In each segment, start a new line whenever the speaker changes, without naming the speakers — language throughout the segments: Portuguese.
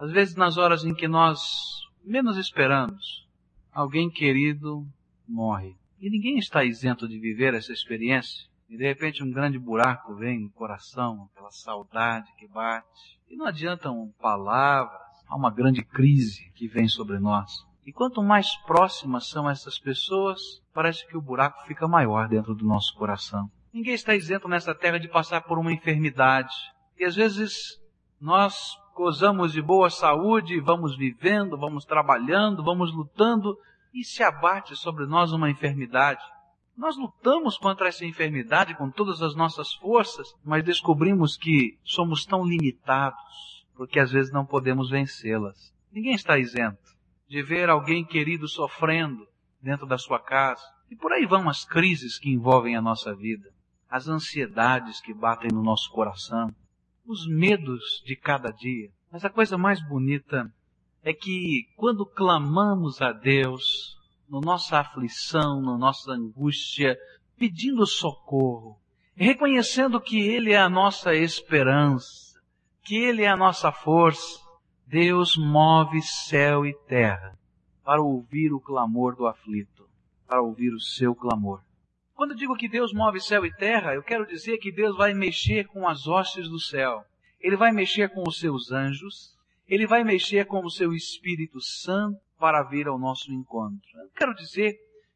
Às vezes, nas horas em que nós menos esperamos, alguém querido morre. E ninguém está isento de viver essa experiência. E de repente um grande buraco vem no coração, aquela saudade que bate. E não adiantam palavras, há uma grande crise que vem sobre nós. E quanto mais próximas são essas pessoas, parece que o buraco fica maior dentro do nosso coração. Ninguém está isento nessa terra de passar por uma enfermidade. E às vezes nós gozamos de boa saúde, vamos vivendo, vamos trabalhando, vamos lutando, e se abate sobre nós uma enfermidade. Nós lutamos contra essa enfermidade com todas as nossas forças, mas descobrimos que somos tão limitados, porque às vezes não podemos vencê-las. Ninguém está isento de ver alguém querido sofrendo dentro da sua casa. E por aí vão as crises que envolvem a nossa vida, as ansiedades que batem no nosso coração, os medos de cada dia. Mas a coisa mais bonita é que quando clamamos a Deus, na nossa aflição, na nossa angústia, pedindo socorro, reconhecendo que Ele é a nossa esperança, que Ele é a nossa força, Deus move céu e terra para ouvir o clamor do aflito, para ouvir o seu clamor. Quando eu digo que Deus move céu e terra, eu quero dizer que Deus vai mexer com as hostes do céu. Ele vai mexer com os seus anjos, Ele vai mexer com o seu Espírito Santo para vir ao nosso encontro. Eu quero dizer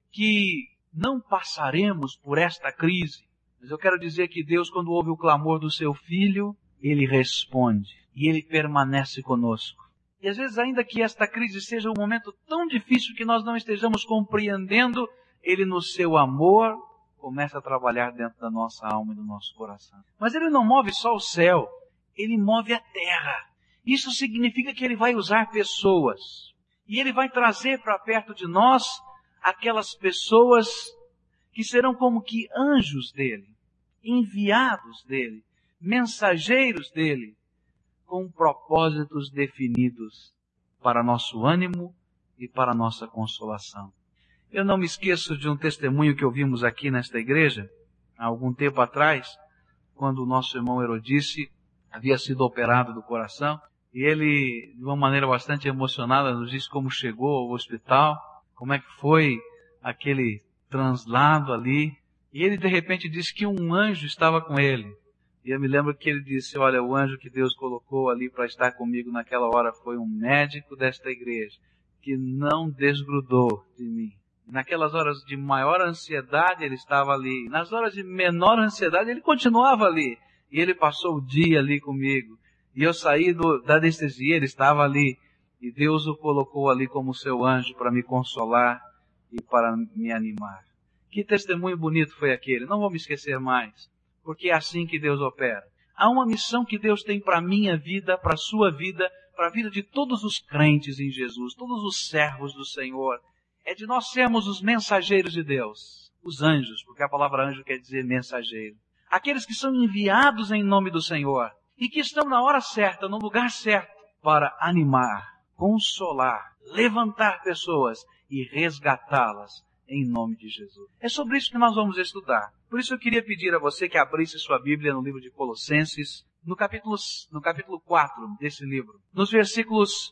que não passaremos por esta crise, mas eu quero dizer que Deus, quando ouve o clamor do seu Filho, Ele responde e Ele permanece conosco. E às vezes, ainda que esta crise seja um momento tão difícil que nós não estejamos compreendendo, Ele, no seu amor, começa a trabalhar dentro da nossa alma e do nosso coração. Mas Ele não move só o céu, Ele move a terra. Isso significa que Ele vai usar pessoas. E Ele vai trazer para perto de nós aquelas pessoas que serão como que anjos dEle, enviados dEle, mensageiros dEle, com propósitos definidos para nosso ânimo e para nossa consolação. Eu não me esqueço de um testemunho que ouvimos aqui nesta igreja, há algum tempo atrás, quando o nosso irmão Herodice havia sido operado do coração, e ele, de uma maneira bastante emocionada, nos disse como chegou ao hospital, como é que foi aquele translado ali, e ele de repente disse que um anjo estava com ele. E eu me lembro que ele disse, olha, o anjo que Deus colocou ali para estar comigo naquela hora foi um médico desta igreja, que não desgrudou de mim. Naquelas horas de maior ansiedade ele estava ali, nas horas de menor ansiedade ele continuava ali, e ele passou o dia ali comigo. E eu saí da anestesia, ele estava ali, e Deus o colocou ali como seu anjo para me consolar e para me animar. Que testemunho bonito foi aquele, não vou me esquecer mais. Porque é assim que Deus opera. Há uma missão que Deus tem para a minha vida, para a sua vida, para a vida de todos os crentes em Jesus, todos os servos do Senhor. É de nós sermos os mensageiros de Deus, os anjos, porque a palavra anjo quer dizer mensageiro. Aqueles que são enviados em nome do Senhor e que estão na hora certa, no lugar certo, para animar, consolar, levantar pessoas e resgatá-las em nome de Jesus. É sobre isso que nós vamos estudar. Por isso eu queria pedir a você que abrisse sua Bíblia no livro de Colossenses, no capítulo 4 desse livro, nos versículos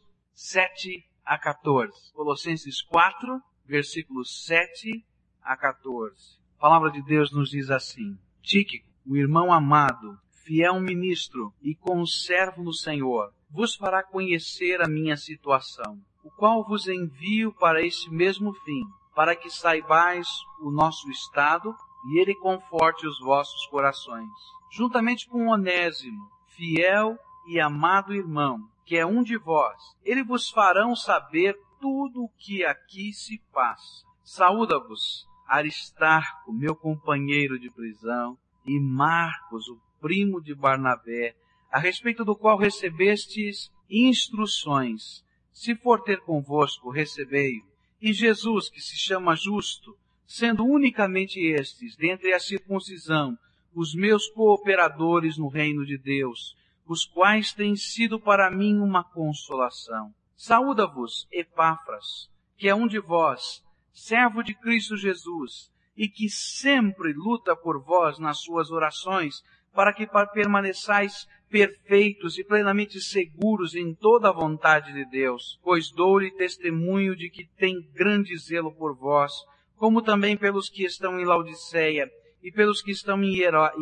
7 a 14. Colossenses 4, versículos 7 a 14. A palavra de Deus nos diz assim: Tíquico, o irmão amado, fiel ministro e conservo no Senhor, vos fará conhecer a minha situação, o qual vos envio para este mesmo fim, para que saibais o nosso estado e ele conforte os vossos corações. Juntamente com Onésimo, fiel e amado irmão, que é um de vós, ele vos farão saber tudo o que aqui se passa. Saúda-vos Aristarco, meu companheiro de prisão, e Marcos, o primo de Barnabé, a respeito do qual recebestes instruções. Se for ter convosco, recebei-o. E Jesus, que se chama Justo, sendo unicamente estes, dentre a circuncisão, os meus cooperadores no reino de Deus, os quais têm sido para mim uma consolação. Saúda-vos, Epáfras, que é um de vós, servo de Cristo Jesus, e que sempre luta por vós nas suas orações, para que permaneçais perfeitos e plenamente seguros em toda a vontade de Deus, pois dou-lhe testemunho de que tem grande zelo por vós, como também pelos que estão em Laodiceia e pelos que estão em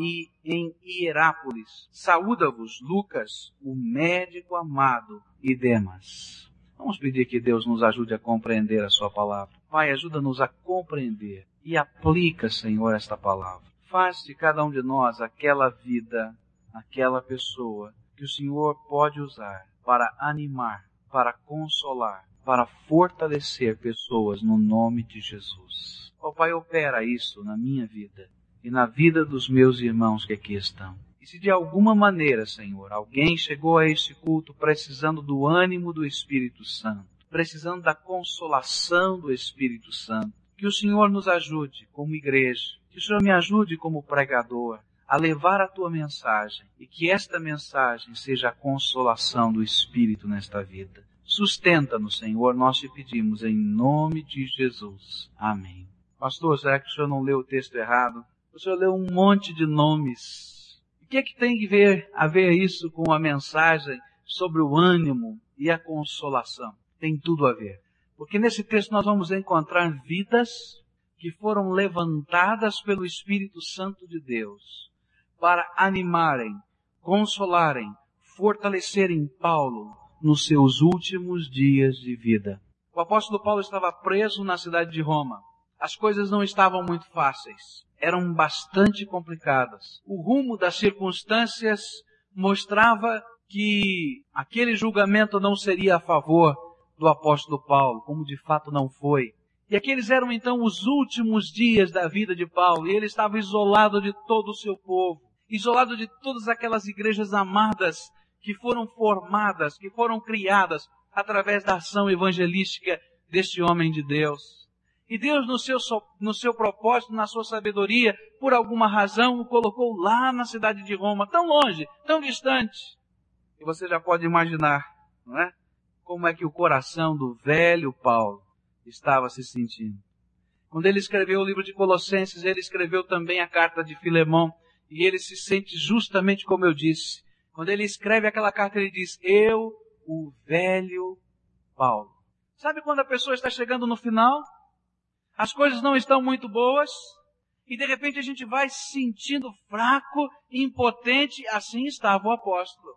Hierápolis. Saúda-vos, Lucas, o médico amado, e Demas. Vamos pedir que Deus nos ajude a compreender a sua palavra. Pai, ajuda-nos a compreender e aplica, Senhor, esta palavra. Faz de cada um de nós aquela vida, aquela pessoa que o Senhor pode usar para animar, para consolar, para fortalecer pessoas no nome de Jesus. Ó Pai, opera isso na minha vida e na vida dos meus irmãos que aqui estão. E se de alguma maneira, Senhor, alguém chegou a este culto precisando do ânimo do Espírito Santo, precisando da consolação do Espírito Santo, que o Senhor nos ajude como igreja, que o Senhor me ajude como pregador a levar a Tua mensagem e que esta mensagem seja a consolação do Espírito nesta vida. Sustenta-nos, Senhor, nós te pedimos em nome de Jesus. Amém. Pastor, será que o senhor não leu o texto errado? O senhor leu um monte de nomes. O que é que tem a ver isso com a mensagem sobre o ânimo e a consolação? Tem tudo a ver. Porque nesse texto nós vamos encontrar vidas que foram levantadas pelo Espírito Santo de Deus para animarem, consolarem, fortalecerem Paulo nos seus últimos dias de vida. O apóstolo Paulo estava preso na cidade de Roma. As coisas não estavam muito fáceis. Eram bastante complicadas. O rumo das circunstâncias mostrava que aquele julgamento não seria a favor do apóstolo Paulo, como de fato não foi. E aqueles eram então os últimos dias da vida de Paulo, e ele estava isolado de todo o seu povo, isolado de todas aquelas igrejas amadas que foram formadas, que foram criadas através da ação evangelística deste homem de Deus. E Deus, no seu propósito, na sua sabedoria, por alguma razão, o colocou lá na cidade de Roma, tão longe, tão distante. E você já pode imaginar, não é? Como é que o coração do velho Paulo estava se sentindo. Quando ele escreveu o livro de Colossenses, ele escreveu também a carta de Filemão, e ele se sente justamente como eu disse. Quando ele escreve aquela carta, ele diz, eu, o velho Paulo. Sabe quando a pessoa está chegando no final? As coisas não estão muito boas, e de repente a gente vai se sentindo fraco, impotente. Assim estava o apóstolo.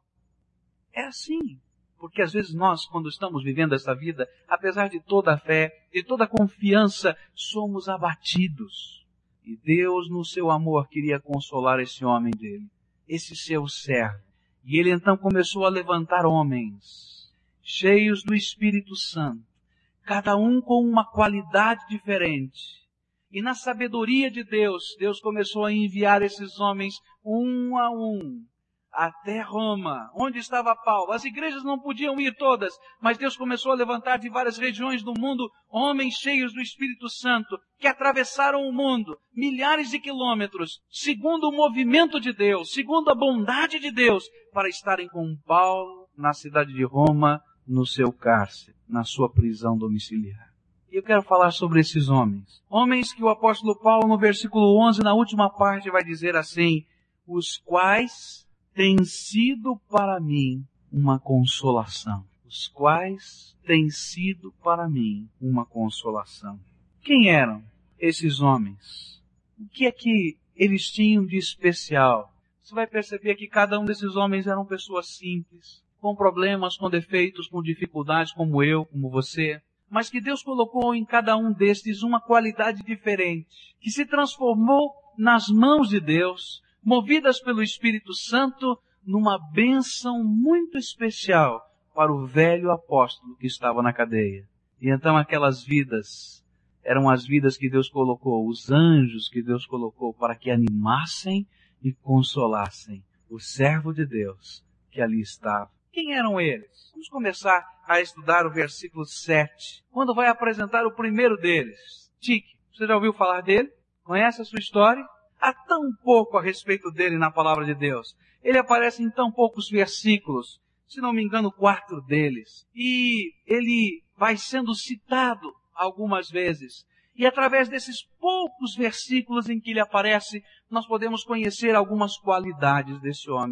É assim. Porque às vezes nós, quando estamos vivendo essa vida, apesar de toda a fé, de toda a confiança, somos abatidos. E Deus, no seu amor, queria consolar esse homem dele, esse seu servo. E ele então começou a levantar homens, cheios do Espírito Santo, cada um com uma qualidade diferente. E na sabedoria de Deus, Deus começou a enviar esses homens um a um, até Roma, onde estava Paulo. As igrejas não podiam ir todas, mas Deus começou a levantar de várias regiões do mundo homens cheios do Espírito Santo, que atravessaram o mundo, milhares de quilômetros, segundo o movimento de Deus, segundo a bondade de Deus, para estarem com Paulo na cidade de Roma, no seu cárcere, na sua prisão domiciliar. E eu quero falar sobre esses homens. Homens que o apóstolo Paulo, no versículo 11, na última parte, vai dizer assim, os quais têm sido para mim uma consolação. Os quais têm sido para mim uma consolação. Quem eram esses homens? O que é que eles tinham de especial? Você vai perceber que cada um desses homens eram pessoas simples, com problemas, com defeitos, com dificuldades, como eu, como você, mas que Deus colocou em cada um destes uma qualidade diferente, que se transformou nas mãos de Deus, movidas pelo Espírito Santo, numa bênção muito especial para o velho apóstolo que estava na cadeia. E então aquelas vidas eram as vidas que Deus colocou, os anjos que Deus colocou para que animassem e consolassem o servo de Deus que ali estava. Quem eram eles? Vamos começar a estudar o versículo 7, quando vai apresentar o primeiro deles, Tique. Você já ouviu falar dele? Conhece a sua história? Há tão pouco a respeito dele na palavra de Deus. Ele aparece em tão poucos versículos, se não me engano, 4 deles. E ele vai sendo citado algumas vezes. E através desses poucos versículos em que ele aparece, nós podemos conhecer algumas qualidades desse homem.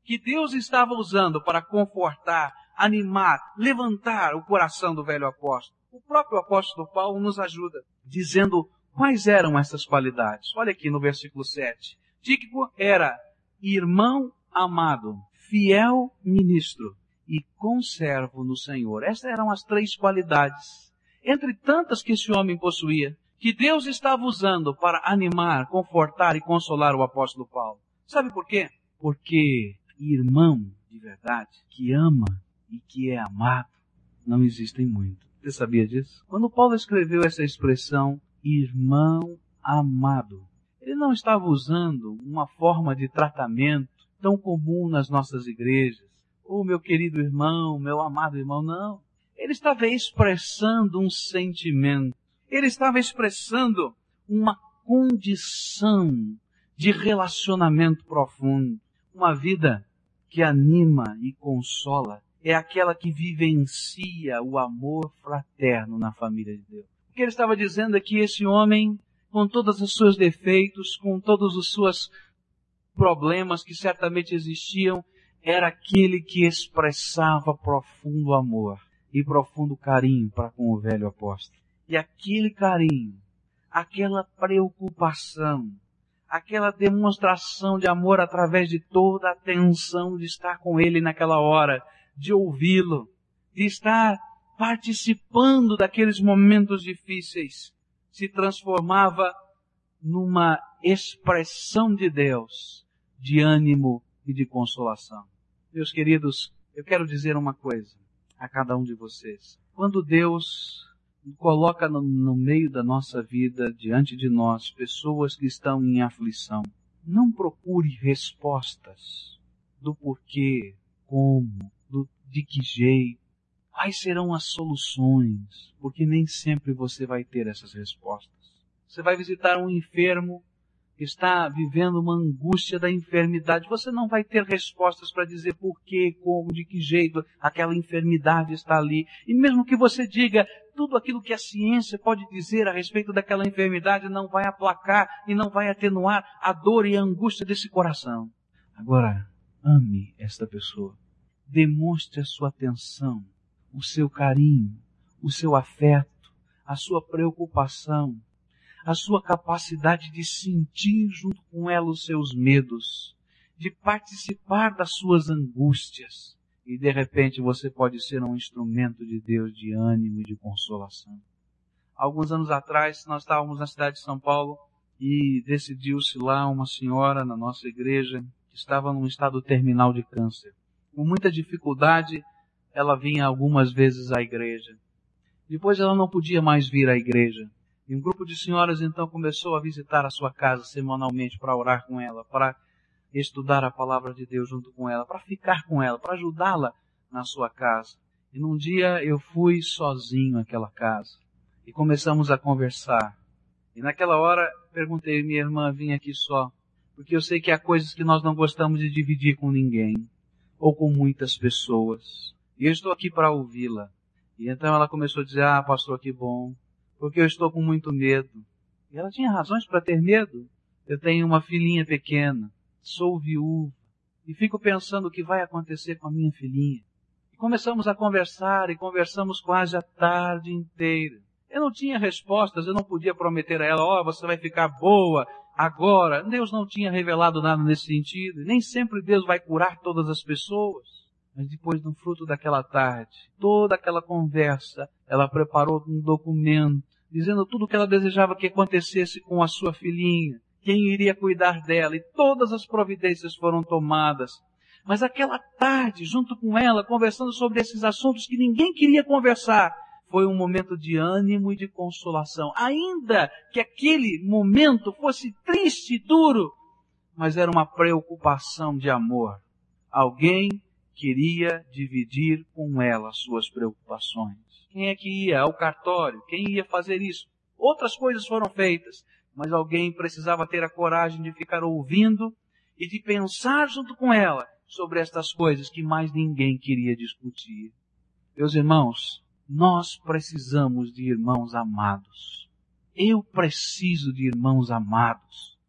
que Deus estava usando para confortar, animar, levantar o coração do velho apóstolo. O próprio apóstolo Paulo nos ajuda, dizendo quais eram essas qualidades. Olha aqui no versículo 7. Tíquico era irmão amado, fiel ministro e conservo no Senhor. Essas eram as 3 qualidades, entre tantas que esse homem possuía, que Deus estava usando para animar, confortar e consolar o apóstolo Paulo. Sabe por quê? Porque irmão de verdade, que ama e que é amado, não existem muito. Você sabia disso? Quando Paulo escreveu essa expressão, irmão amado, ele não estava usando uma forma de tratamento tão comum nas nossas igrejas. Oh, meu querido irmão, meu amado irmão, não. Ele estava expressando um sentimento. Ele estava expressando uma condição de relacionamento profundo. Uma vida que anima e consola é aquela que vivencia o amor fraterno na família de Deus. O que ele estava dizendo é que esse homem, com todos os seus defeitos, com todos os seus problemas que certamente existiam, era aquele que expressava profundo amor e profundo carinho para com o velho apóstolo. E aquele carinho, aquela preocupação, aquela demonstração de amor através de toda a atenção de estar com ele naquela hora, de ouvi-lo, de estar participando daqueles momentos difíceis, se transformava numa expressão de Deus, de ânimo e de consolação. Meus queridos, eu quero dizer uma coisa a cada um de vocês. Quando Deus coloca no meio da nossa vida, diante de nós, pessoas que estão em aflição, não procure respostas do porquê, como, de que jeito, quais serão as soluções, porque nem sempre você vai ter essas respostas. Você vai visitar um enfermo que está vivendo uma angústia da enfermidade. Você não vai ter respostas para dizer porquê, como, de que jeito aquela enfermidade está ali. E mesmo que você diga tudo aquilo que a ciência pode dizer a respeito daquela enfermidade, não vai aplacar e não vai atenuar a dor e a angústia desse coração. Agora, ame esta pessoa. Demonstre a sua atenção, o seu carinho, o seu afeto, a sua preocupação, a sua capacidade de sentir junto com ela os seus medos, de participar das suas angústias. E de repente você pode ser um instrumento de Deus de ânimo e de consolação. Alguns anos atrás nós estávamos na cidade de São Paulo e decidiu-se lá uma senhora na nossa igreja que estava num estado terminal de câncer. Com muita dificuldade, ela vinha algumas vezes à igreja. Depois ela não podia mais vir à igreja. E um grupo de senhoras então começou a visitar a sua casa semanalmente para orar com ela, para estudar a palavra de Deus junto com ela, para ficar com ela, para ajudá-la na sua casa. E num dia eu fui sozinho àquela casa e começamos a conversar. E naquela hora perguntei, minha irmã, vim aqui só, porque eu sei que há coisas que nós não gostamos de dividir com ninguém, ou com muitas pessoas. E eu estou aqui para ouvi-la. E então ela começou a dizer, pastor, que bom, porque eu estou com muito medo. E ela tinha razões para ter medo. Eu tenho uma filhinha pequena, sou viúva, e fico pensando o que vai acontecer com a minha filhinha. E começamos a conversar, e conversamos quase a tarde inteira. Eu não tinha respostas, eu não podia prometer a ela, você vai ficar boa agora. Deus não tinha revelado nada nesse sentido. E nem sempre Deus vai curar todas as pessoas. Mas depois do fruto daquela tarde, toda aquela conversa, ela preparou um documento, dizendo tudo o que ela desejava que acontecesse com a sua filhinha, quem iria cuidar dela, e todas as providências foram tomadas. Mas aquela tarde, junto com ela, conversando sobre esses assuntos que ninguém queria conversar, foi um momento de ânimo e de consolação. Ainda que aquele momento fosse triste e duro, mas era uma preocupação de amor. Alguém queria dividir com ela suas preocupações. Quem é que ia ao cartório? Quem ia fazer isso? Outras coisas foram feitas, mas alguém precisava ter a coragem de ficar ouvindo e de pensar junto com ela sobre estas coisas que mais ninguém queria discutir. Meus irmãos, nós precisamos de irmãos amados. Eu preciso de irmãos amados. Não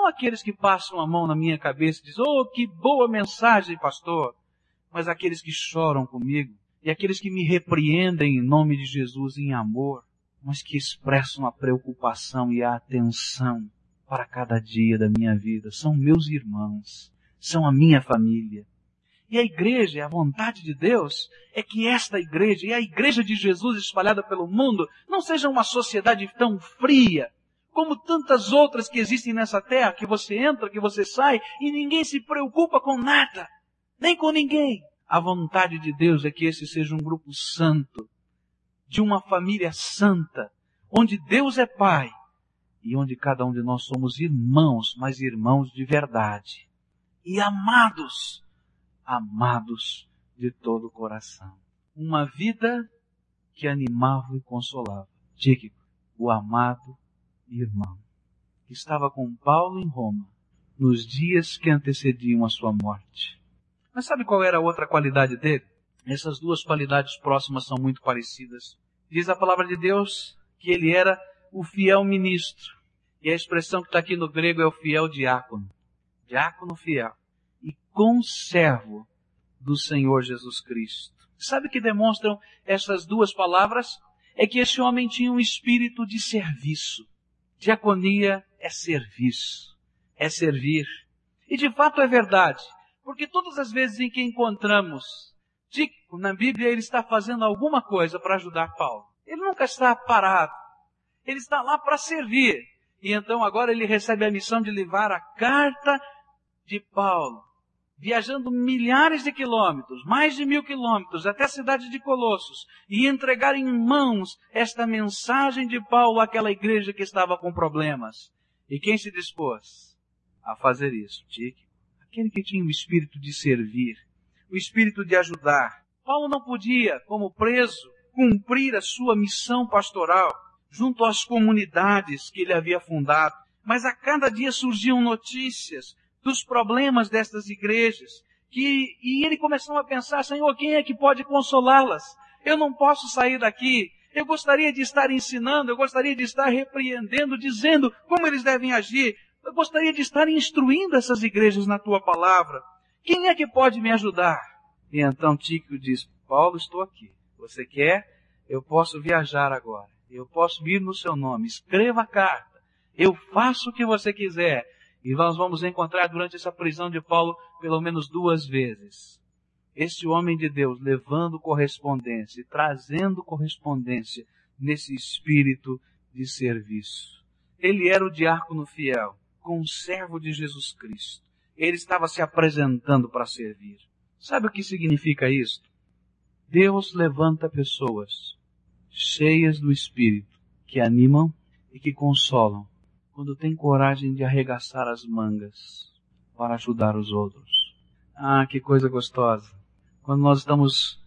aqueles que passam a mão na minha cabeça e dizem, oh, que boa mensagem, pastor, mas aqueles que choram comigo e aqueles que me repreendem em nome de Jesus em amor, mas que expressam a preocupação e a atenção para cada dia da minha vida. São meus irmãos, são a minha família. E a igreja, a vontade de Deus, é que esta igreja e a igreja de Jesus espalhada pelo mundo não seja uma sociedade tão fria, como tantas outras que existem nessa terra, que você entra, que você sai, e ninguém se preocupa com nada, nem com ninguém. A vontade de Deus é que esse seja um grupo santo, de uma família santa, onde Deus é Pai, e onde cada um de nós somos irmãos, mas irmãos de verdade. E amados de todo o coração. Uma vida que animava e consolava. Tíquico, o amado irmão, que estava com Paulo em Roma, nos dias que antecediam a sua morte. Mas sabe qual era a outra qualidade dele? Essas duas qualidades próximas são muito parecidas. Diz a palavra de Deus que ele era o fiel ministro. E a expressão que está aqui no grego é o fiel diácono. Diácono fiel. E conservo do Senhor Jesus Cristo. Sabe o que demonstram essas duas palavras? É que esse homem tinha um espírito de serviço. Diaconia é serviço, é servir. E de fato é verdade, porque todas as vezes em que encontramos Tíquico na Bíblia, ele está fazendo alguma coisa para ajudar Paulo. Ele nunca está parado, ele está lá para servir. E então agora ele recebe a missão de levar a carta de Paulo, viajando milhares de quilômetros, mais de 1000 quilômetros, até a cidade de Colossos, e entregar em mãos esta mensagem de Paulo àquela igreja que estava com problemas. E quem se dispôs a fazer isso? Tíquico, aquele que tinha o espírito de servir, o espírito de ajudar. Paulo não podia, como preso, cumprir a sua missão pastoral junto às comunidades que ele havia fundado, mas a cada dia surgiam notícias dos problemas destas igrejas, e ele começou a pensar, Senhor, quem é que pode consolá-las? Eu não posso sair daqui, eu gostaria de estar ensinando, eu gostaria de estar repreendendo, dizendo como eles devem agir, eu gostaria de estar instruindo essas igrejas na tua palavra. Quem é que pode me ajudar? E então Tíquico diz, Paulo, estou aqui, você quer? Eu posso viajar agora, eu posso ir no seu nome, escreva a carta, eu faço o que você quiser. E nós vamos encontrar durante essa prisão de Paulo pelo menos 2 vezes. Este homem de Deus levando correspondência, trazendo correspondência nesse espírito de serviço. Ele era o diácono fiel, conservo de Jesus Cristo. Ele estava se apresentando para servir. Sabe o que significa isso? Deus levanta pessoas cheias do Espírito, que animam e que consolam, quando tem coragem de arregaçar as mangas para ajudar os outros. Ah, que coisa gostosa! Quando nós estamos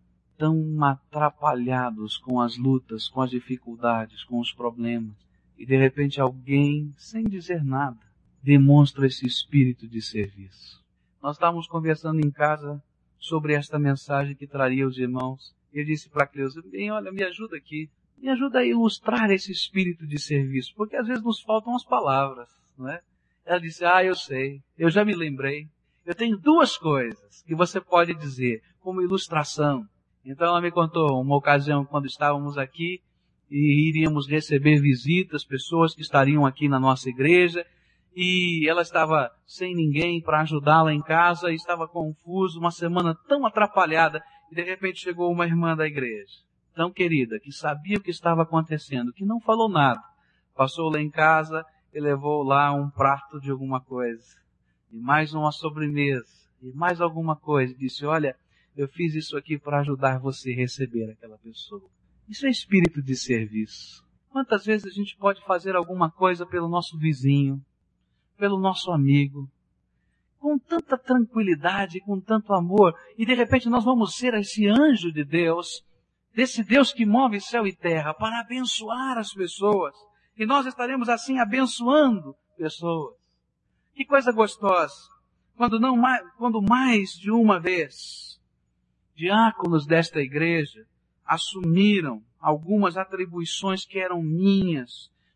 tão atrapalhados com as lutas, com as dificuldades, com os problemas, e de repente alguém, sem dizer nada, demonstra esse espírito de serviço. Nós estávamos conversando em casa sobre esta mensagem que traria os irmãos. Eu disse para a Cleusa, bem, olha, me ajuda aqui. Me ajuda a ilustrar esse espírito de serviço, porque às vezes nos faltam as palavras, não é? Ela disse, eu sei, eu já me lembrei. Eu tenho 2 coisas que você pode dizer como ilustração. Então ela me contou uma ocasião quando estávamos aqui e iríamos receber visitas, pessoas que estariam aqui na nossa igreja, e ela estava sem ninguém para ajudá-la em casa, e estava confusa, uma semana tão atrapalhada, e de repente chegou uma irmã da igreja, tão querida, que sabia o que estava acontecendo, que não falou nada. Passou lá em casa e levou lá um prato de alguma coisa, e mais uma sobremesa, e mais alguma coisa. Disse, olha, eu fiz isso aqui para ajudar você a receber aquela pessoa. Isso é espírito de serviço. Quantas vezes a gente pode fazer alguma coisa pelo nosso vizinho, pelo nosso amigo, com tanta tranquilidade, com tanto amor, e de repente nós vamos ser esse anjo de Deus, desse Deus que move céu e terra, para abençoar as pessoas. E nós estaremos assim abençoando pessoas. Que coisa gostosa. Quando mais de uma vez, diáconos desta igreja assumiram algumas atribuições que eram minhas,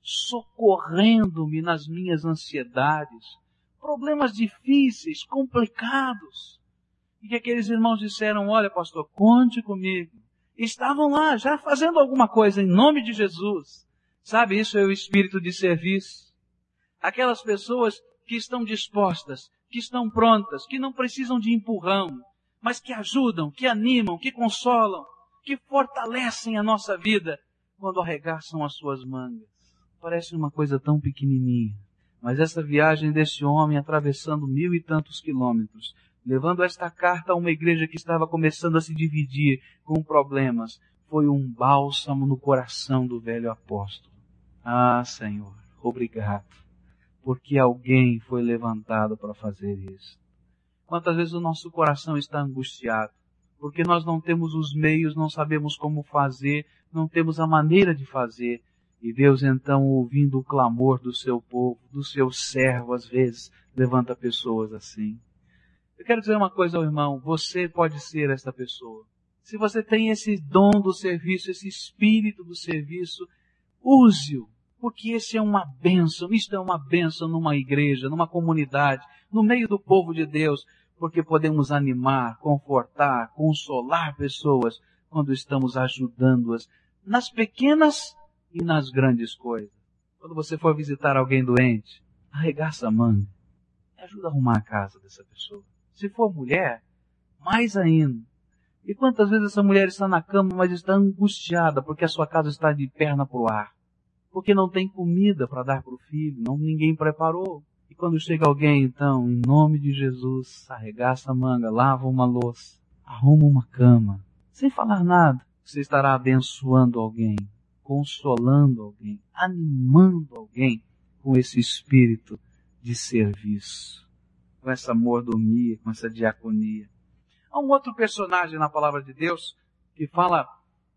socorrendo-me nas minhas ansiedades, problemas difíceis, complicados. E que aqueles irmãos disseram, olha pastor, conte comigo. Estavam lá, já fazendo alguma coisa em nome de Jesus. Sabe, isso é o espírito de serviço. Aquelas pessoas que estão dispostas, que estão prontas, que não precisam de empurrão, mas que ajudam, que animam, que consolam, que fortalecem a nossa vida quando arregaçam as suas mangas. Parece uma coisa tão pequenininha, mas essa viagem desse homem atravessando 1000 e tantos quilômetros, levando esta carta a uma igreja que estava começando a se dividir com problemas, foi um bálsamo no coração do velho apóstolo. Ah, Senhor, obrigado, porque alguém foi levantado para fazer isso. Quantas vezes o nosso coração está angustiado, porque nós não temos os meios, não sabemos como fazer, não temos a maneira de fazer. E Deus então, ouvindo o clamor do seu povo, do seu servo, às vezes, levanta pessoas assim. Eu quero dizer uma coisa ao irmão, você pode ser esta pessoa. Se você tem esse dom do serviço, esse espírito do serviço, use-o, porque esse é uma bênção, isto é uma bênção numa igreja, numa comunidade, no meio do povo de Deus, porque podemos animar, confortar, consolar pessoas quando estamos ajudando-as nas pequenas e nas grandes coisas. Quando você for visitar alguém doente, arregaça a manga e ajuda a arrumar a casa dessa pessoa. Se for mulher, mais ainda. E quantas vezes essa mulher está na cama, mas está angustiada porque a sua casa está de perna para o ar, porque não tem comida para dar para o filho, ninguém preparou. E quando chega alguém, então, em nome de Jesus, arregaça a manga, lava uma louça, arruma uma cama, sem falar nada, você estará abençoando alguém, consolando alguém, animando alguém com esse espírito de serviço, com essa mordomia, com essa diaconia. Há um outro personagem na palavra de Deus que fala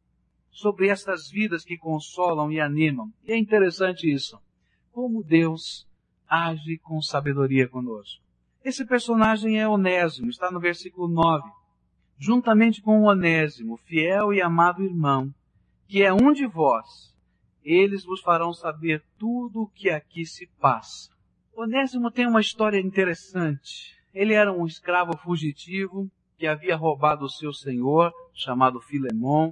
sobre estas vidas que consolam e animam. E é interessante isso, como Deus age com sabedoria conosco. Esse personagem é Onésimo, está no versículo 9. Juntamente com Onésimo, fiel e amado irmão, que é um de vós, eles vos farão saber tudo o que aqui se passa. Onésimo tem uma história interessante. Ele era um escravo fugitivo que havia roubado o seu senhor, chamado Filemon,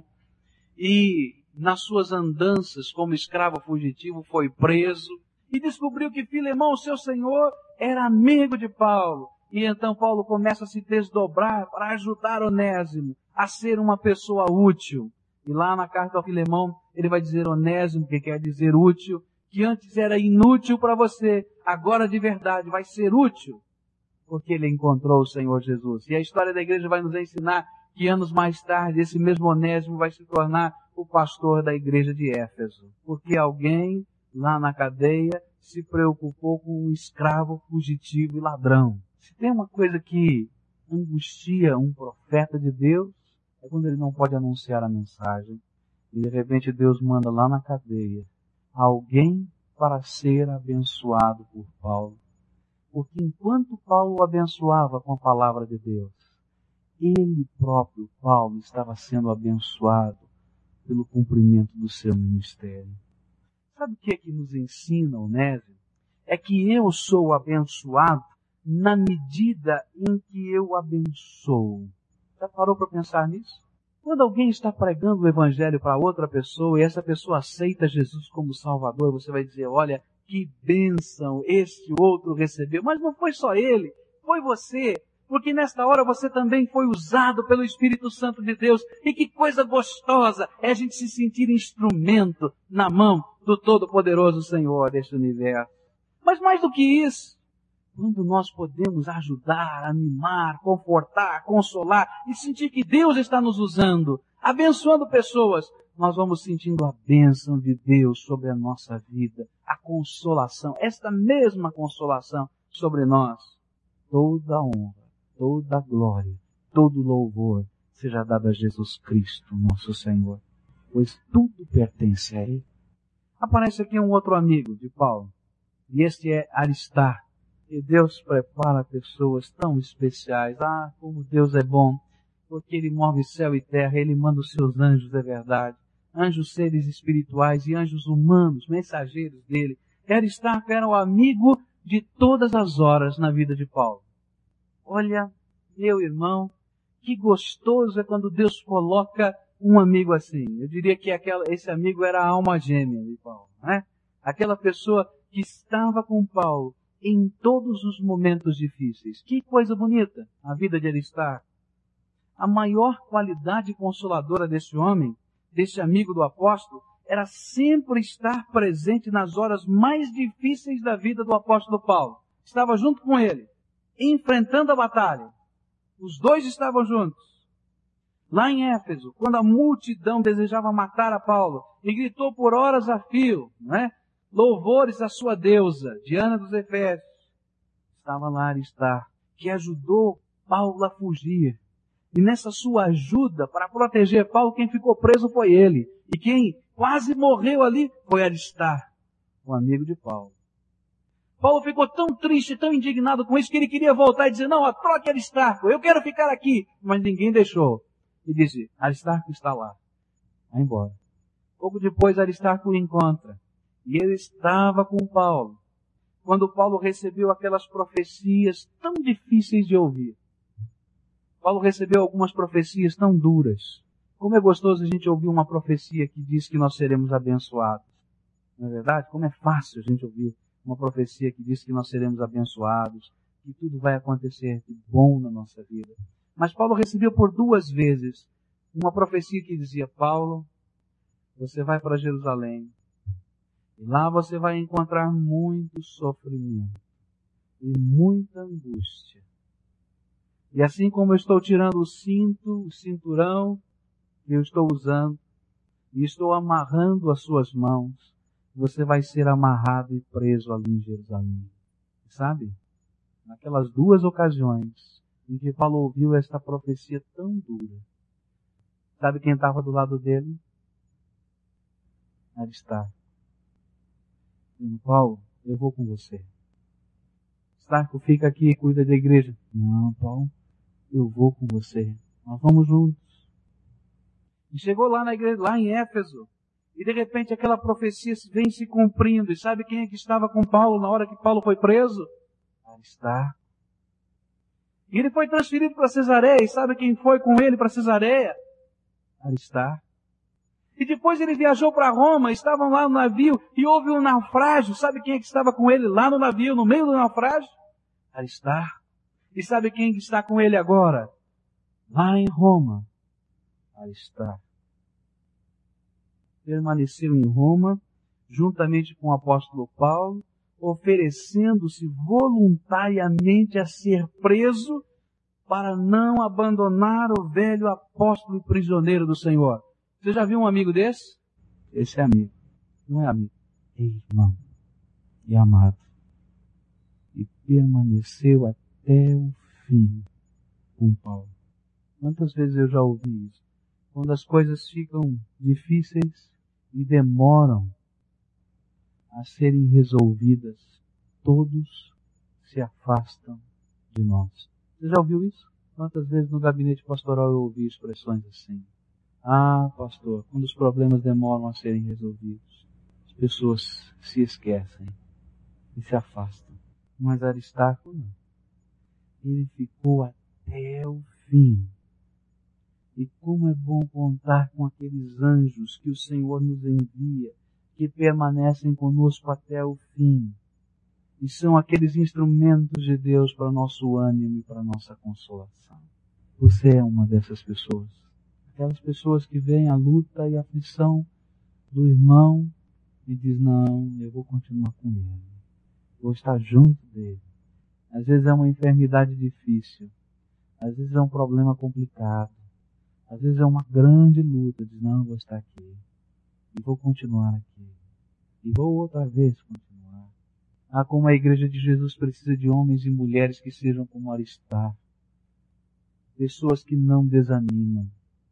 e nas suas andanças como escravo fugitivo foi preso e descobriu que Filemon, seu senhor, era amigo de Paulo. E então Paulo começa a se desdobrar para ajudar Onésimo a ser uma pessoa útil. E lá na carta ao Filemon, ele vai dizer Onésimo, que quer dizer útil, que antes era inútil para você, agora de verdade vai ser útil, porque ele encontrou o Senhor Jesus. E a história da igreja vai nos ensinar que anos mais tarde esse mesmo Onésimo vai se tornar o pastor da igreja de Éfeso, porque alguém lá na cadeia se preocupou com um escravo fugitivo e ladrão. Se tem uma coisa que angustia um profeta de Deus, é quando ele não pode anunciar a mensagem, e de repente Deus manda lá na cadeia alguém para ser abençoado por Paulo. Porque enquanto Paulo o abençoava com a palavra de Deus, ele próprio, Paulo, estava sendo abençoado pelo cumprimento do seu ministério. Sabe o que é que nos ensina Onésimo? É que eu sou abençoado na medida em que eu abençoo. Já parou para pensar nisso? Quando alguém está pregando o evangelho para outra pessoa e essa pessoa aceita Jesus como Salvador, você vai dizer, olha, que bênção este outro recebeu. Mas não foi só ele, foi você. Porque nesta hora você também foi usado pelo Espírito Santo de Deus. E que coisa gostosa é a gente se sentir instrumento na mão do Todo-Poderoso Senhor deste universo. Mas mais do que isso, quando nós podemos ajudar, animar, confortar, consolar e sentir que Deus está nos usando, abençoando pessoas, nós vamos sentindo a bênção de Deus sobre a nossa vida, a consolação, esta mesma consolação sobre nós. Toda honra, toda glória, todo louvor seja dado a Jesus Cristo, nosso Senhor, pois tudo pertence a Ele. Aparece aqui um outro amigo de Paulo, e este é Aristarco. E Deus prepara pessoas tão especiais. Ah, como Deus é bom, porque Ele move céu e terra, Ele manda os seus anjos, é verdade. anjos seres espirituais e anjos humanos, mensageiros dele. Aristarco era o amigo de todas as horas na vida de Paulo. Olha, meu irmão, que gostoso é quando Deus coloca um amigo assim. Eu diria que esse amigo era a alma gêmea de Paulo, né? Aquela pessoa que estava com Paulo em todos os momentos difíceis. Que coisa bonita a vida de Aristarco. A maior qualidade consoladora desse homem, desse amigo do apóstolo, era sempre estar presente nas horas mais difíceis da vida do apóstolo Paulo. Estava junto com ele, enfrentando a batalha. Os dois estavam juntos. Lá em Éfeso, quando a multidão desejava matar a Paulo e gritou por horas a fio, né? Louvores à sua deusa, Diana dos Efésios, estava lá Aristarco, que ajudou Paulo a fugir. E nessa sua ajuda para proteger Paulo, quem ficou preso foi ele. E quem quase morreu ali foi Aristarco, o amigo de Paulo. Paulo ficou tão triste, tão indignado com isso, que ele queria voltar e dizer, não, troque Aristarco, eu quero ficar aqui. Mas ninguém deixou. E disse, Aristarco está lá. Vai embora. Pouco depois Aristarco o encontra. E ele estava com Paulo. Quando Paulo recebeu aquelas profecias tão difíceis de ouvir. Paulo recebeu algumas profecias tão duras. Como é gostoso a gente ouvir uma profecia que diz que nós seremos abençoados. Não é verdade? Como é fácil a gente ouvir uma profecia que diz que nós seremos abençoados, que tudo vai acontecer de bom na nossa vida. Mas Paulo recebeu por 2 vezes uma profecia que dizia, Paulo, você vai para Jerusalém, e lá você vai encontrar muito sofrimento e muita angústia. E assim como eu estou tirando o cinto, o cinturão que eu estou usando, e estou amarrando as suas mãos, você vai ser amarrado e preso ali em Jerusalém. Sabe? Naquelas 2 ocasiões em que Paulo ouviu esta profecia tão dura, sabe quem estava do lado dele? Aristarco. Dizendo, Paulo, eu vou com você. Aristarco, fica aqui e cuida da igreja. Não, Paulo, eu vou com você. Nós vamos juntos. E chegou lá na igreja, lá em Éfeso, e de repente aquela profecia vem se cumprindo. E sabe quem é que estava com Paulo na hora que Paulo foi preso? Aristarco. E ele foi transferido para Cesareia. E sabe quem foi com ele para Cesareia? Aristarco. E depois ele viajou para Roma, estavam lá no navio e houve um naufrágio. Sabe quem é que estava com ele lá no navio, no meio do naufrágio? Aristarco. E sabe quem está com ele agora? Lá em Roma. Aristarco. Permaneceu em Roma, juntamente com o apóstolo Paulo, oferecendo-se voluntariamente a ser preso para não abandonar o velho apóstolo e prisioneiro do Senhor. Você já viu um amigo desse? Esse é amigo. Não é amigo. É irmão e amado. E permaneceu até o fim com Paulo. Quantas vezes eu já ouvi isso? Quando as coisas ficam difíceis e demoram a serem resolvidas, todos se afastam de nós. Você já ouviu isso? Quantas vezes no gabinete pastoral eu ouvi expressões assim? Ah, pastor, quando os problemas demoram a serem resolvidos, as pessoas se esquecem e se afastam. Mas Aristarco não. Ele ficou até o fim. E como é bom contar com aqueles anjos que o Senhor nos envia, que permanecem conosco até o fim. E são aqueles instrumentos de Deus para o nosso ânimo e para a nossa consolação. Você é uma dessas pessoas. Aquelas pessoas que veem a luta e a aflição do irmão e diz, não, eu vou continuar com ele. Vou estar junto dele. Às vezes é uma enfermidade difícil. Às vezes é um problema complicado. Às vezes é uma grande luta. Diz, não, eu vou estar aqui. E vou continuar aqui. E vou outra vez continuar. Ah, como a igreja de Jesus precisa de homens e mulheres que sejam como Aristarco. Pessoas que não desanimam.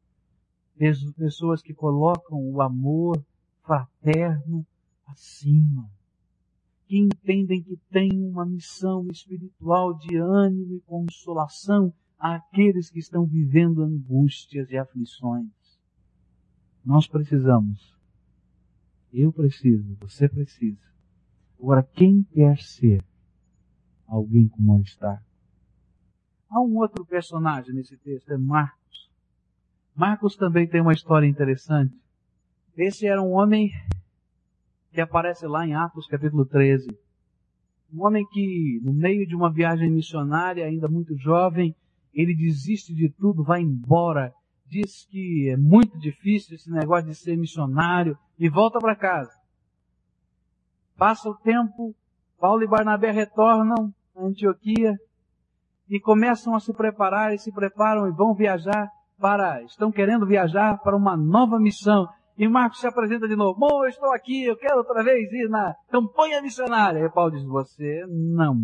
Pessoas que colocam o amor fraterno acima. Que entendem que têm uma missão espiritual de ânimo e consolação àqueles que estão vivendo angústias e aflições. Nós precisamos. Eu preciso, você precisa. Agora, quem quer ser alguém como Aristarco? Há um outro personagem nesse texto, é Marcos. Marcos também tem uma história interessante. Esse era um homem que aparece lá em Atos capítulo 13. Um homem que, no meio de uma viagem missionária, ainda muito jovem, ele desiste de tudo, vai embora, diz que é muito difícil esse negócio de ser missionário e volta para casa. Passa o tempo, Paulo e Barnabé retornam a Antioquia e começam a se preparar e se preparam e vão viajar estão querendo viajar para uma nova missão. E Marcos se apresenta de novo. Bom, eu estou aqui, eu quero outra vez ir na campanha missionária. E Paulo diz, você não.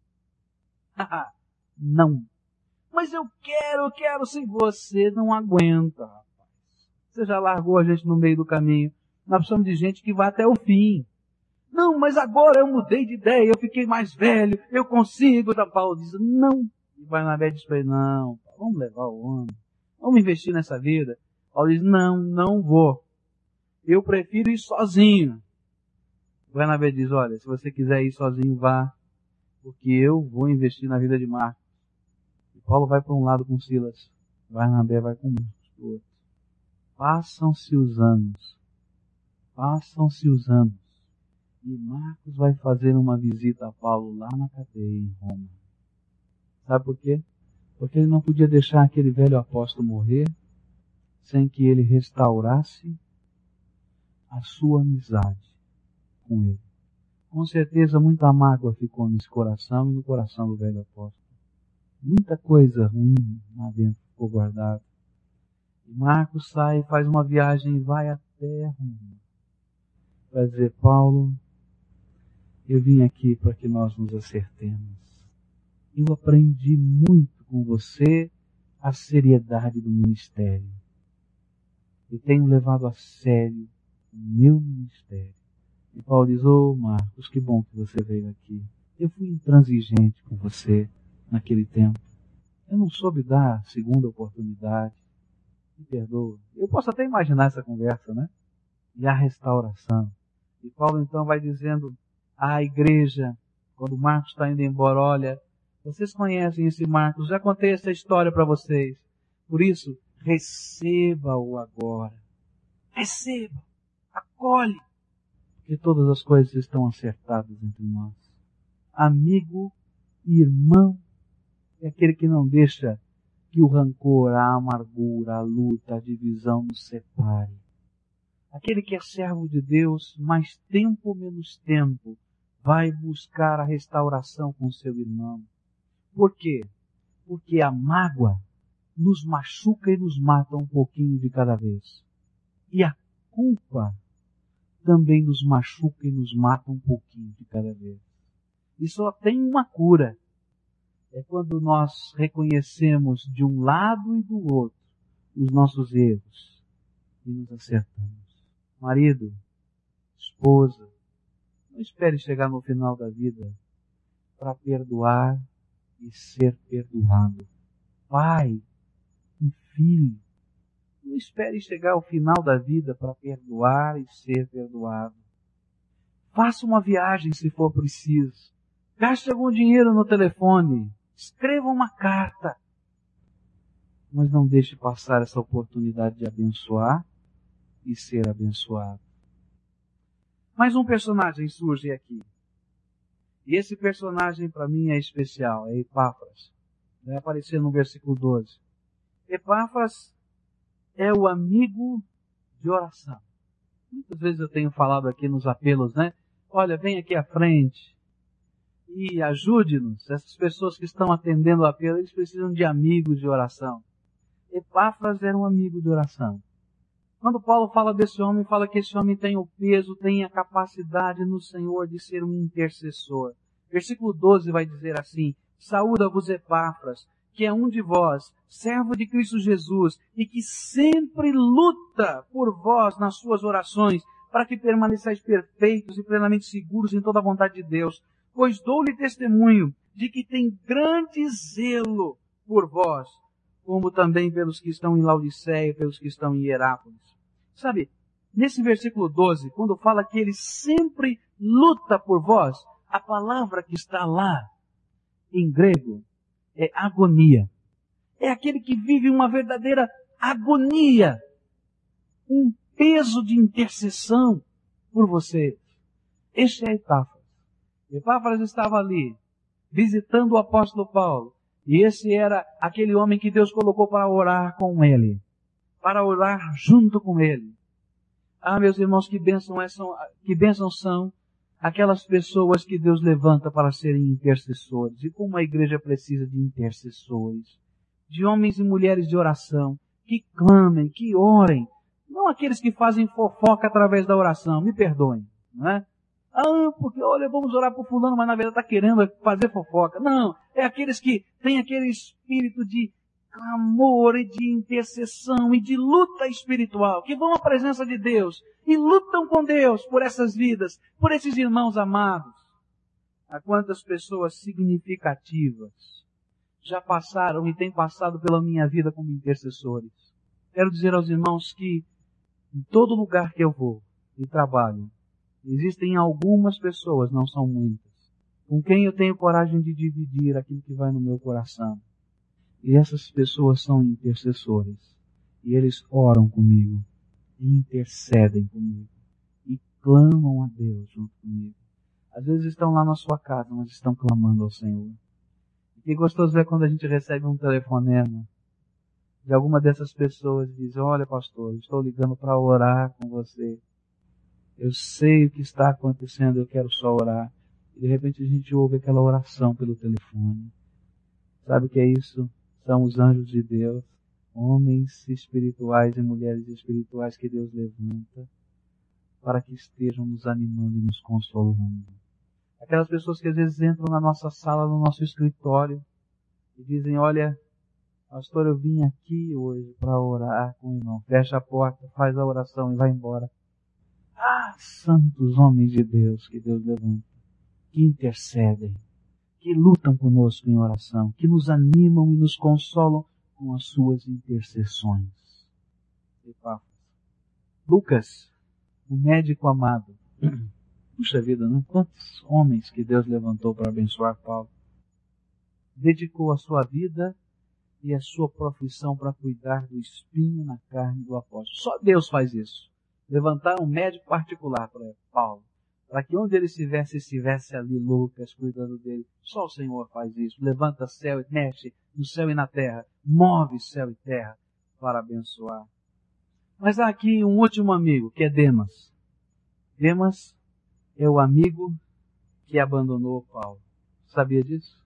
Não. Mas eu quero sim. Você não aguenta, rapaz. Você já largou a gente no meio do caminho. Nós precisamos de gente que vá até o fim. Não, mas agora eu mudei de ideia, eu fiquei mais velho, eu consigo. Então Paulo diz, não. E Barnabé diz para ele, não, vamos levar o homem. Vamos investir nessa vida. Paulo diz, não vou. Eu prefiro ir sozinho. Barnabé diz, olha, se você quiser ir sozinho, vá. Porque eu vou investir na vida de Marcos. E Paulo vai para um lado com Silas. Barnabé vai com Marcos para o outro. Passam-se os anos. E Marcos vai fazer uma visita a Paulo lá na cadeia em Roma. Sabe por quê? Porque ele não podia deixar aquele velho apóstolo morrer sem que ele restaurasse a sua amizade com ele. Com certeza muita mágoa ficou nesse coração e no coração do velho apóstolo. Muita coisa ruim lá dentro ficou guardada. E Marcos sai e faz uma viagem e vai até Roma para dizer, Paulo, eu vim aqui para que nós nos acertemos. Eu aprendi muito com você a seriedade do ministério. E tenho levado a sério o meu ministério. E Paulo diz, Marcos, que bom que você veio aqui. Eu fui intransigente com você naquele tempo. Eu não soube dar a segunda oportunidade. Me perdoa. Eu posso até imaginar essa conversa, né? E a restauração. E Paulo então vai dizendo à igreja, quando Marcos está indo embora, olha, vocês conhecem esse Marcos, já contei essa história para vocês. Por isso, receba-o agora. Receba, acolhe. Porque todas as coisas estão acertadas entre nós. Amigo e irmão é aquele que não deixa que o rancor, a amargura, a luta, a divisão nos separe. Aquele que é servo de Deus, mais tempo ou menos tempo, vai buscar a restauração com seu irmão. Por quê? Porque a mágoa nos machuca e nos mata um pouquinho de cada vez. E a culpa também nos machuca e nos mata um pouquinho de cada vez. E só tem uma cura. É quando nós reconhecemos de um lado e do outro os nossos erros e nos acertamos. Marido, esposa, não espere chegar no final da vida para perdoar e ser perdoado. Pai e filho, não espere chegar ao final da vida para perdoar e ser perdoado. Faça uma viagem se for preciso. Gaste algum dinheiro no telefone. Escreva uma carta. Mas não deixe passar essa oportunidade de abençoar e ser abençoado. Mais um personagem surge aqui. E esse personagem para mim é especial, é Epáfras. Vai aparecer no versículo 12. Epáfras é o amigo de oração. Muitas vezes eu tenho falado aqui nos apelos, né? Olha, vem aqui à frente e ajude-nos. Essas pessoas que estão atendendo o apelo, eles precisam de amigos de oração. Epáfras era um amigo de oração. Quando Paulo fala desse homem, fala que esse homem tem o peso, tem a capacidade no Senhor de ser um intercessor. Versículo 12 vai dizer assim, saúda-vos Epáfras, que é um de vós, servo de Cristo Jesus, e que sempre luta por vós nas suas orações, para que permaneçais perfeitos e plenamente seguros em toda a vontade de Deus. Pois dou-lhe testemunho de que tem grande zelo por vós, como também pelos que estão em Laodiceia e pelos que estão em Hierápolis. Sabe, nesse versículo 12, quando fala que Ele sempre luta por vós, a palavra que está lá, em grego, é agonia. É aquele que vive uma verdadeira agonia. Um peso de intercessão por você. Este é Epáfras. Epáfras estava ali, visitando o apóstolo Paulo. E esse era aquele homem que Deus colocou para orar com ele. Para orar junto com ele. Ah, meus irmãos, que bênçãos são aquelas pessoas que Deus levanta para serem intercessores. E como a igreja precisa de intercessores. De homens e mulheres de oração. Que clamem, que orem. Não aqueles que fazem fofoca através da oração. Me perdoem, não é? Ah, porque olha, vamos orar por fulano, mas na verdade está querendo fazer fofoca. Não, é aqueles que têm aquele espírito de clamor e de intercessão e de luta espiritual, que vão à presença de Deus e lutam com Deus por essas vidas, por esses irmãos amados. Há quantas pessoas significativas já passaram e têm passado pela minha vida como intercessores. Quero dizer aos irmãos que em todo lugar que eu vou e trabalho, existem algumas pessoas, não são muitas, com quem eu tenho coragem de dividir aquilo que vai no meu coração. E essas pessoas são intercessores. E eles oram comigo, e intercedem comigo, e clamam a Deus junto comigo. Às vezes estão lá na sua casa, mas estão clamando ao Senhor. E que gostoso é quando a gente recebe um telefonema de alguma dessas pessoas e diz: olha, pastor, estou ligando para orar com você. Eu sei o que está acontecendo, eu quero só orar. E de repente a gente ouve aquela oração pelo telefone. Sabe o que é isso? São os anjos de Deus, homens espirituais e mulheres espirituais que Deus levanta para que estejam nos animando e nos consolando. Aquelas pessoas que às vezes entram na nossa sala, no nosso escritório e dizem: olha, pastor, eu vim aqui hoje para orar com o irmão. Fecha a porta, faz a oração e vai embora. Ah, santos homens de Deus que Deus levanta, que intercedem, que lutam conosco em oração, que nos animam e nos consolam com as suas intercessões. Epáfras. Lucas, o médico amado. Puxa vida, não? Quantos homens que Deus levantou para abençoar Paulo. Dedicou a sua vida e a sua profissão para cuidar do espinho na carne do apóstolo. Só Deus faz isso. Levantar um médico particular para Paulo, para que onde ele estivesse ali Lucas cuidando dele. Só o Senhor faz isso. Levanta céu e mexe no céu e na terra. Move céu e terra para abençoar. Mas há aqui um último amigo, que é Demas. Demas é o amigo que abandonou Paulo. Sabia disso?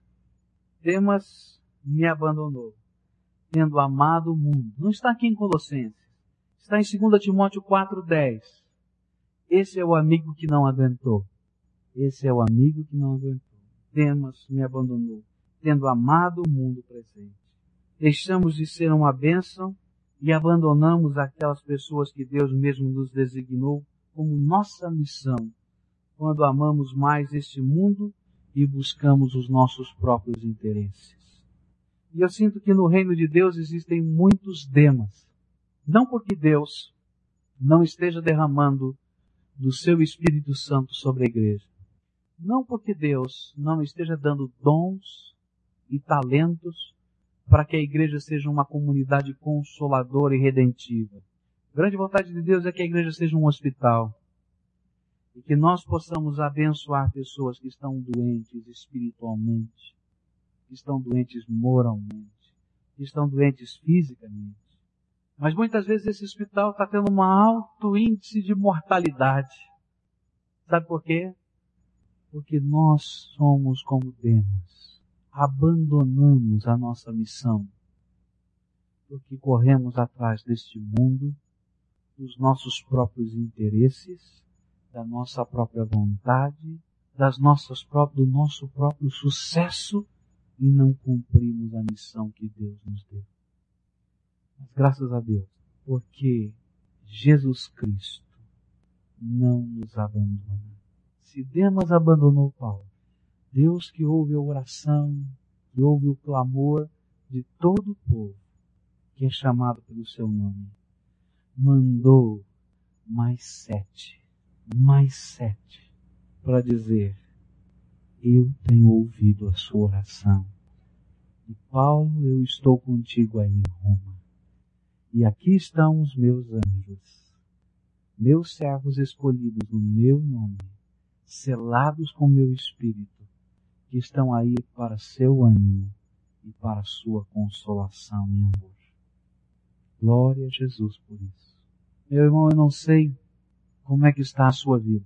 Demas me abandonou, tendo amado o mundo. Não está aqui em Colossenses. Está em 2 Timóteo 4,10. Esse é o amigo que não aguentou. Esse é o amigo que não aguentou. Demas me abandonou, tendo amado o mundo presente. Deixamos de ser uma bênção e abandonamos aquelas pessoas que Deus mesmo nos designou como nossa missão, quando amamos mais este mundo e buscamos os nossos próprios interesses. E eu sinto que no reino de Deus existem muitos Demas. Não porque Deus não esteja derramando do seu Espírito Santo sobre a igreja. Não porque Deus não esteja dando dons e talentos para que a igreja seja uma comunidade consoladora e redentiva. A grande vontade de Deus é que a igreja seja um hospital. E que nós possamos abençoar pessoas que estão doentes espiritualmente, que estão doentes moralmente, que estão doentes fisicamente. Mas muitas vezes esse hospital está tendo um alto índice de mortalidade. Sabe por quê? Porque nós somos como Demas. Abandonamos a nossa missão. Porque corremos atrás deste mundo, dos nossos próprios interesses, da nossa própria vontade, do nosso próprio sucesso, e não cumprimos a missão que Deus nos deu. Mas graças a Deus, porque Jesus Cristo não nos abandona. Se Demas abandonou Paulo, Deus que ouve a oração, que ouve o clamor de todo o povo, que é chamado pelo seu nome, mandou mais 7, para dizer: eu tenho ouvido a sua oração. E Paulo, eu estou contigo aí em Roma. E aqui estão os meus anjos, meus servos escolhidos no meu nome, selados com meu espírito, que estão aí para seu ânimo e para sua consolação e amor. Glória a Jesus por isso. Meu irmão, eu não sei como é que está a sua vida.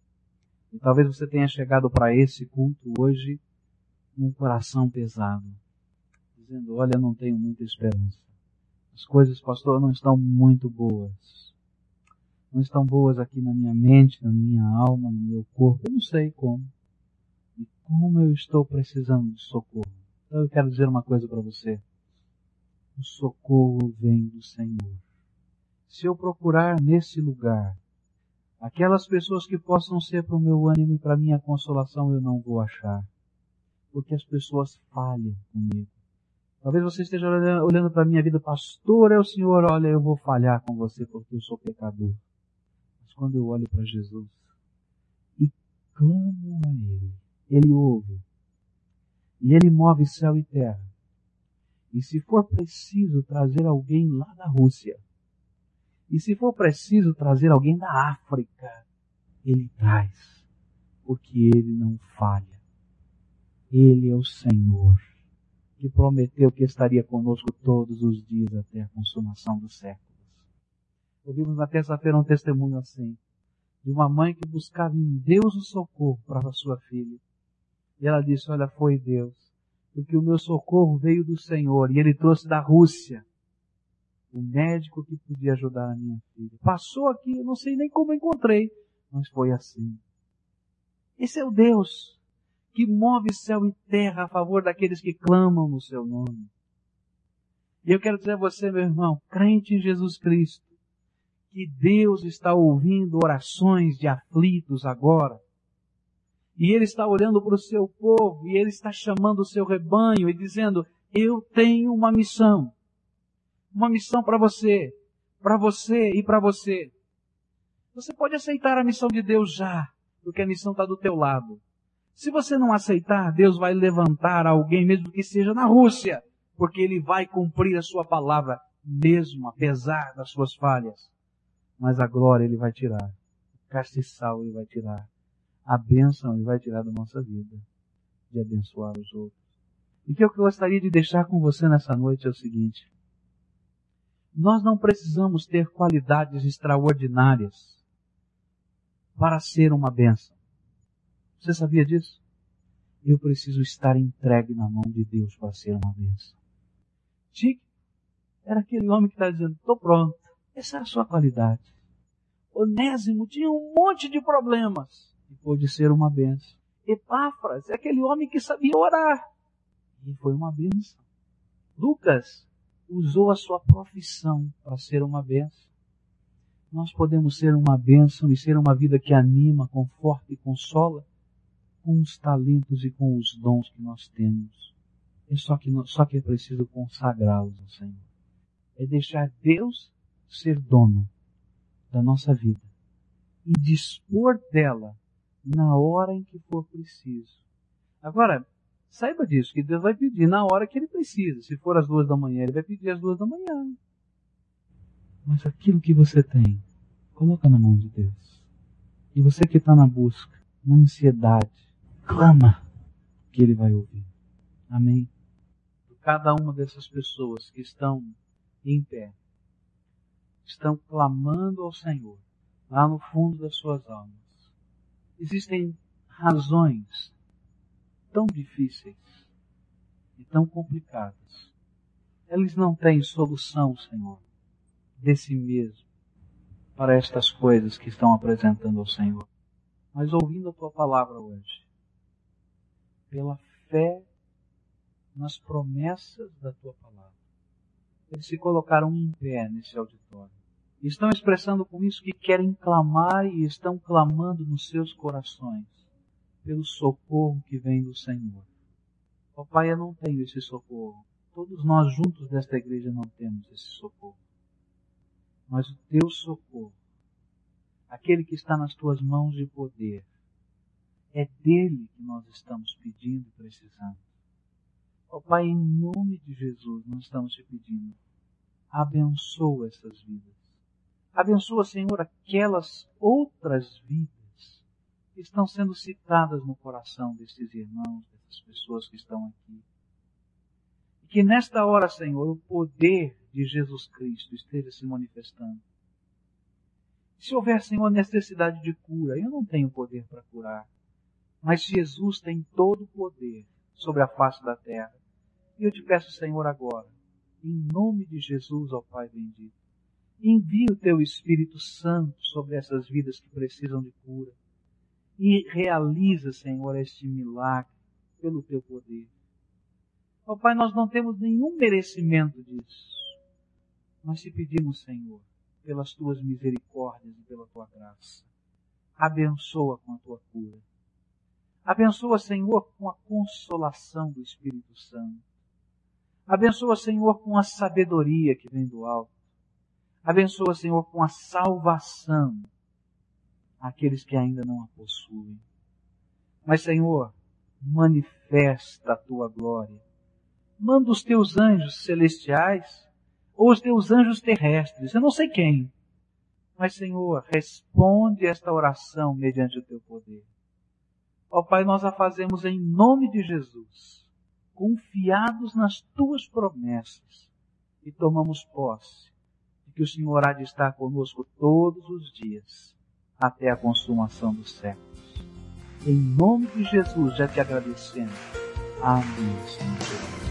E talvez você tenha chegado para esse culto hoje com um coração pesado, dizendo: olha, eu não tenho muita esperança. As coisas, pastor, não estão muito boas. Não estão boas aqui na minha mente, na minha alma, no meu corpo. Eu não sei como. E como eu estou precisando de socorro. Então eu quero dizer uma coisa para você. O socorro vem do Senhor. Se eu procurar nesse lugar aquelas pessoas que possam ser para o meu ânimo e para a minha consolação, eu não vou achar. Porque as pessoas falham comigo. Talvez você esteja olhando para a minha vida: pastor, é o Senhor, olha, eu vou falhar com você porque eu sou pecador. Mas quando eu olho para Jesus e clamo a Ele, Ele ouve. E Ele move céu e terra. E se for preciso trazer alguém lá da Rússia, e se for preciso trazer alguém da África, Ele traz. Porque Ele não falha. Ele é o Senhor, que prometeu que estaria conosco todos os dias até a consumação dos séculos. Ouvimos na terça-feira um testemunho assim, de uma mãe que buscava em Deus o socorro para a sua filha. E ela disse: olha, foi Deus, porque o meu socorro veio do Senhor, e Ele trouxe da Rússia o médico que podia ajudar a minha filha. Passou aqui, eu não sei nem como encontrei, mas foi assim. Esse é o Deus que move céu e terra a favor daqueles que clamam no seu nome. E eu quero dizer a você, meu irmão, crente em Jesus Cristo, que Deus está ouvindo orações de aflitos agora. E Ele está olhando para o seu povo, e Ele está chamando o seu rebanho e dizendo: eu tenho uma missão. Uma missão para você e para você. Você pode aceitar a missão de Deus já, porque a missão está do teu lado. Se você não aceitar, Deus vai levantar alguém, mesmo que seja na Rússia, porque Ele vai cumprir a sua palavra, mesmo apesar das suas falhas. Mas a glória Ele vai tirar, o castiçal Ele vai tirar, a bênção Ele vai tirar da nossa vida, de abençoar os outros. E o que eu gostaria de deixar com você nessa noite é o seguinte: nós não precisamos ter qualidades extraordinárias para ser uma bênção. Você sabia disso? Eu preciso estar entregue na mão de Deus para ser uma bênção. Chico era aquele homem que está dizendo: estou pronto. Essa é a sua qualidade. Onésimo tinha um monte de problemas e pôde ser uma bênção. Epáfras é aquele homem que sabia orar e foi uma bênção. Lucas usou a sua profissão para ser uma bênção. Nós podemos ser uma bênção e ser uma vida que anima, conforta e consola com os talentos e com os dons que nós temos. Só que é preciso consagrá-los ao Senhor. É deixar Deus ser dono da nossa vida e dispor dela na hora em que for preciso. Agora, saiba disso, que Deus vai pedir na hora que Ele precisa. Se for às 2 da manhã, Ele vai pedir às 2 da manhã. Mas aquilo que você tem, coloca na mão de Deus. E você que está na busca, na ansiedade, clama, que Ele vai ouvir. Amém? Cada uma dessas pessoas que estão em pé, estão clamando ao Senhor, lá no fundo das suas almas. Existem razões tão difíceis e tão complicadas. Eles não têm solução, Senhor, de si mesmo, para estas coisas que estão apresentando ao Senhor. Mas ouvindo a Tua palavra hoje, pela fé nas promessas da Tua palavra, eles se colocaram em pé nesse auditório. Estão expressando com isso que querem clamar e estão clamando nos seus corações pelo socorro que vem do Senhor. Ó Pai, eu não tenho esse socorro. Todos nós juntos desta igreja não temos esse socorro. Mas o Teu socorro aquele que está nas tuas mãos de poder. É dele que nós estamos pedindo e precisando. Ó Pai, em nome de Jesus, nós estamos te pedindo, abençoa essas vidas. Abençoa, Senhor, aquelas outras vidas que estão sendo citadas no coração desses irmãos, dessas pessoas que estão aqui. E que nesta hora, Senhor, o poder de Jesus Cristo esteja se manifestando. Se houver, Senhor, necessidade de cura, eu não tenho poder para curar, mas Jesus tem todo o poder sobre a face da terra. E eu te peço, Senhor, agora, em nome de Jesus, ó Pai bendito, envia o teu Espírito Santo sobre essas vidas que precisam de cura e realiza, Senhor, este milagre pelo teu poder. Ó Pai, nós não temos nenhum merecimento disso, mas te pedimos, Senhor, pelas tuas misericórdias e pela tua graça, abençoa com a tua cura. Abençoa, Senhor, com a consolação do Espírito Santo. Abençoa, Senhor, com a sabedoria que vem do alto. Abençoa, Senhor, com a salvação aqueles que ainda não a possuem. Mas, Senhor, manifesta a tua glória. Manda os teus anjos celestiais ou os teus anjos terrestres, eu não sei quem. Mas, Senhor, responde esta oração mediante o teu poder. Ó Pai, nós a fazemos em nome de Jesus, confiados nas tuas promessas, e tomamos posse de que o Senhor há de estar conosco todos os dias, até a consumação dos séculos. Em nome de Jesus, já te agradecemos. Amém, Senhor Jesus.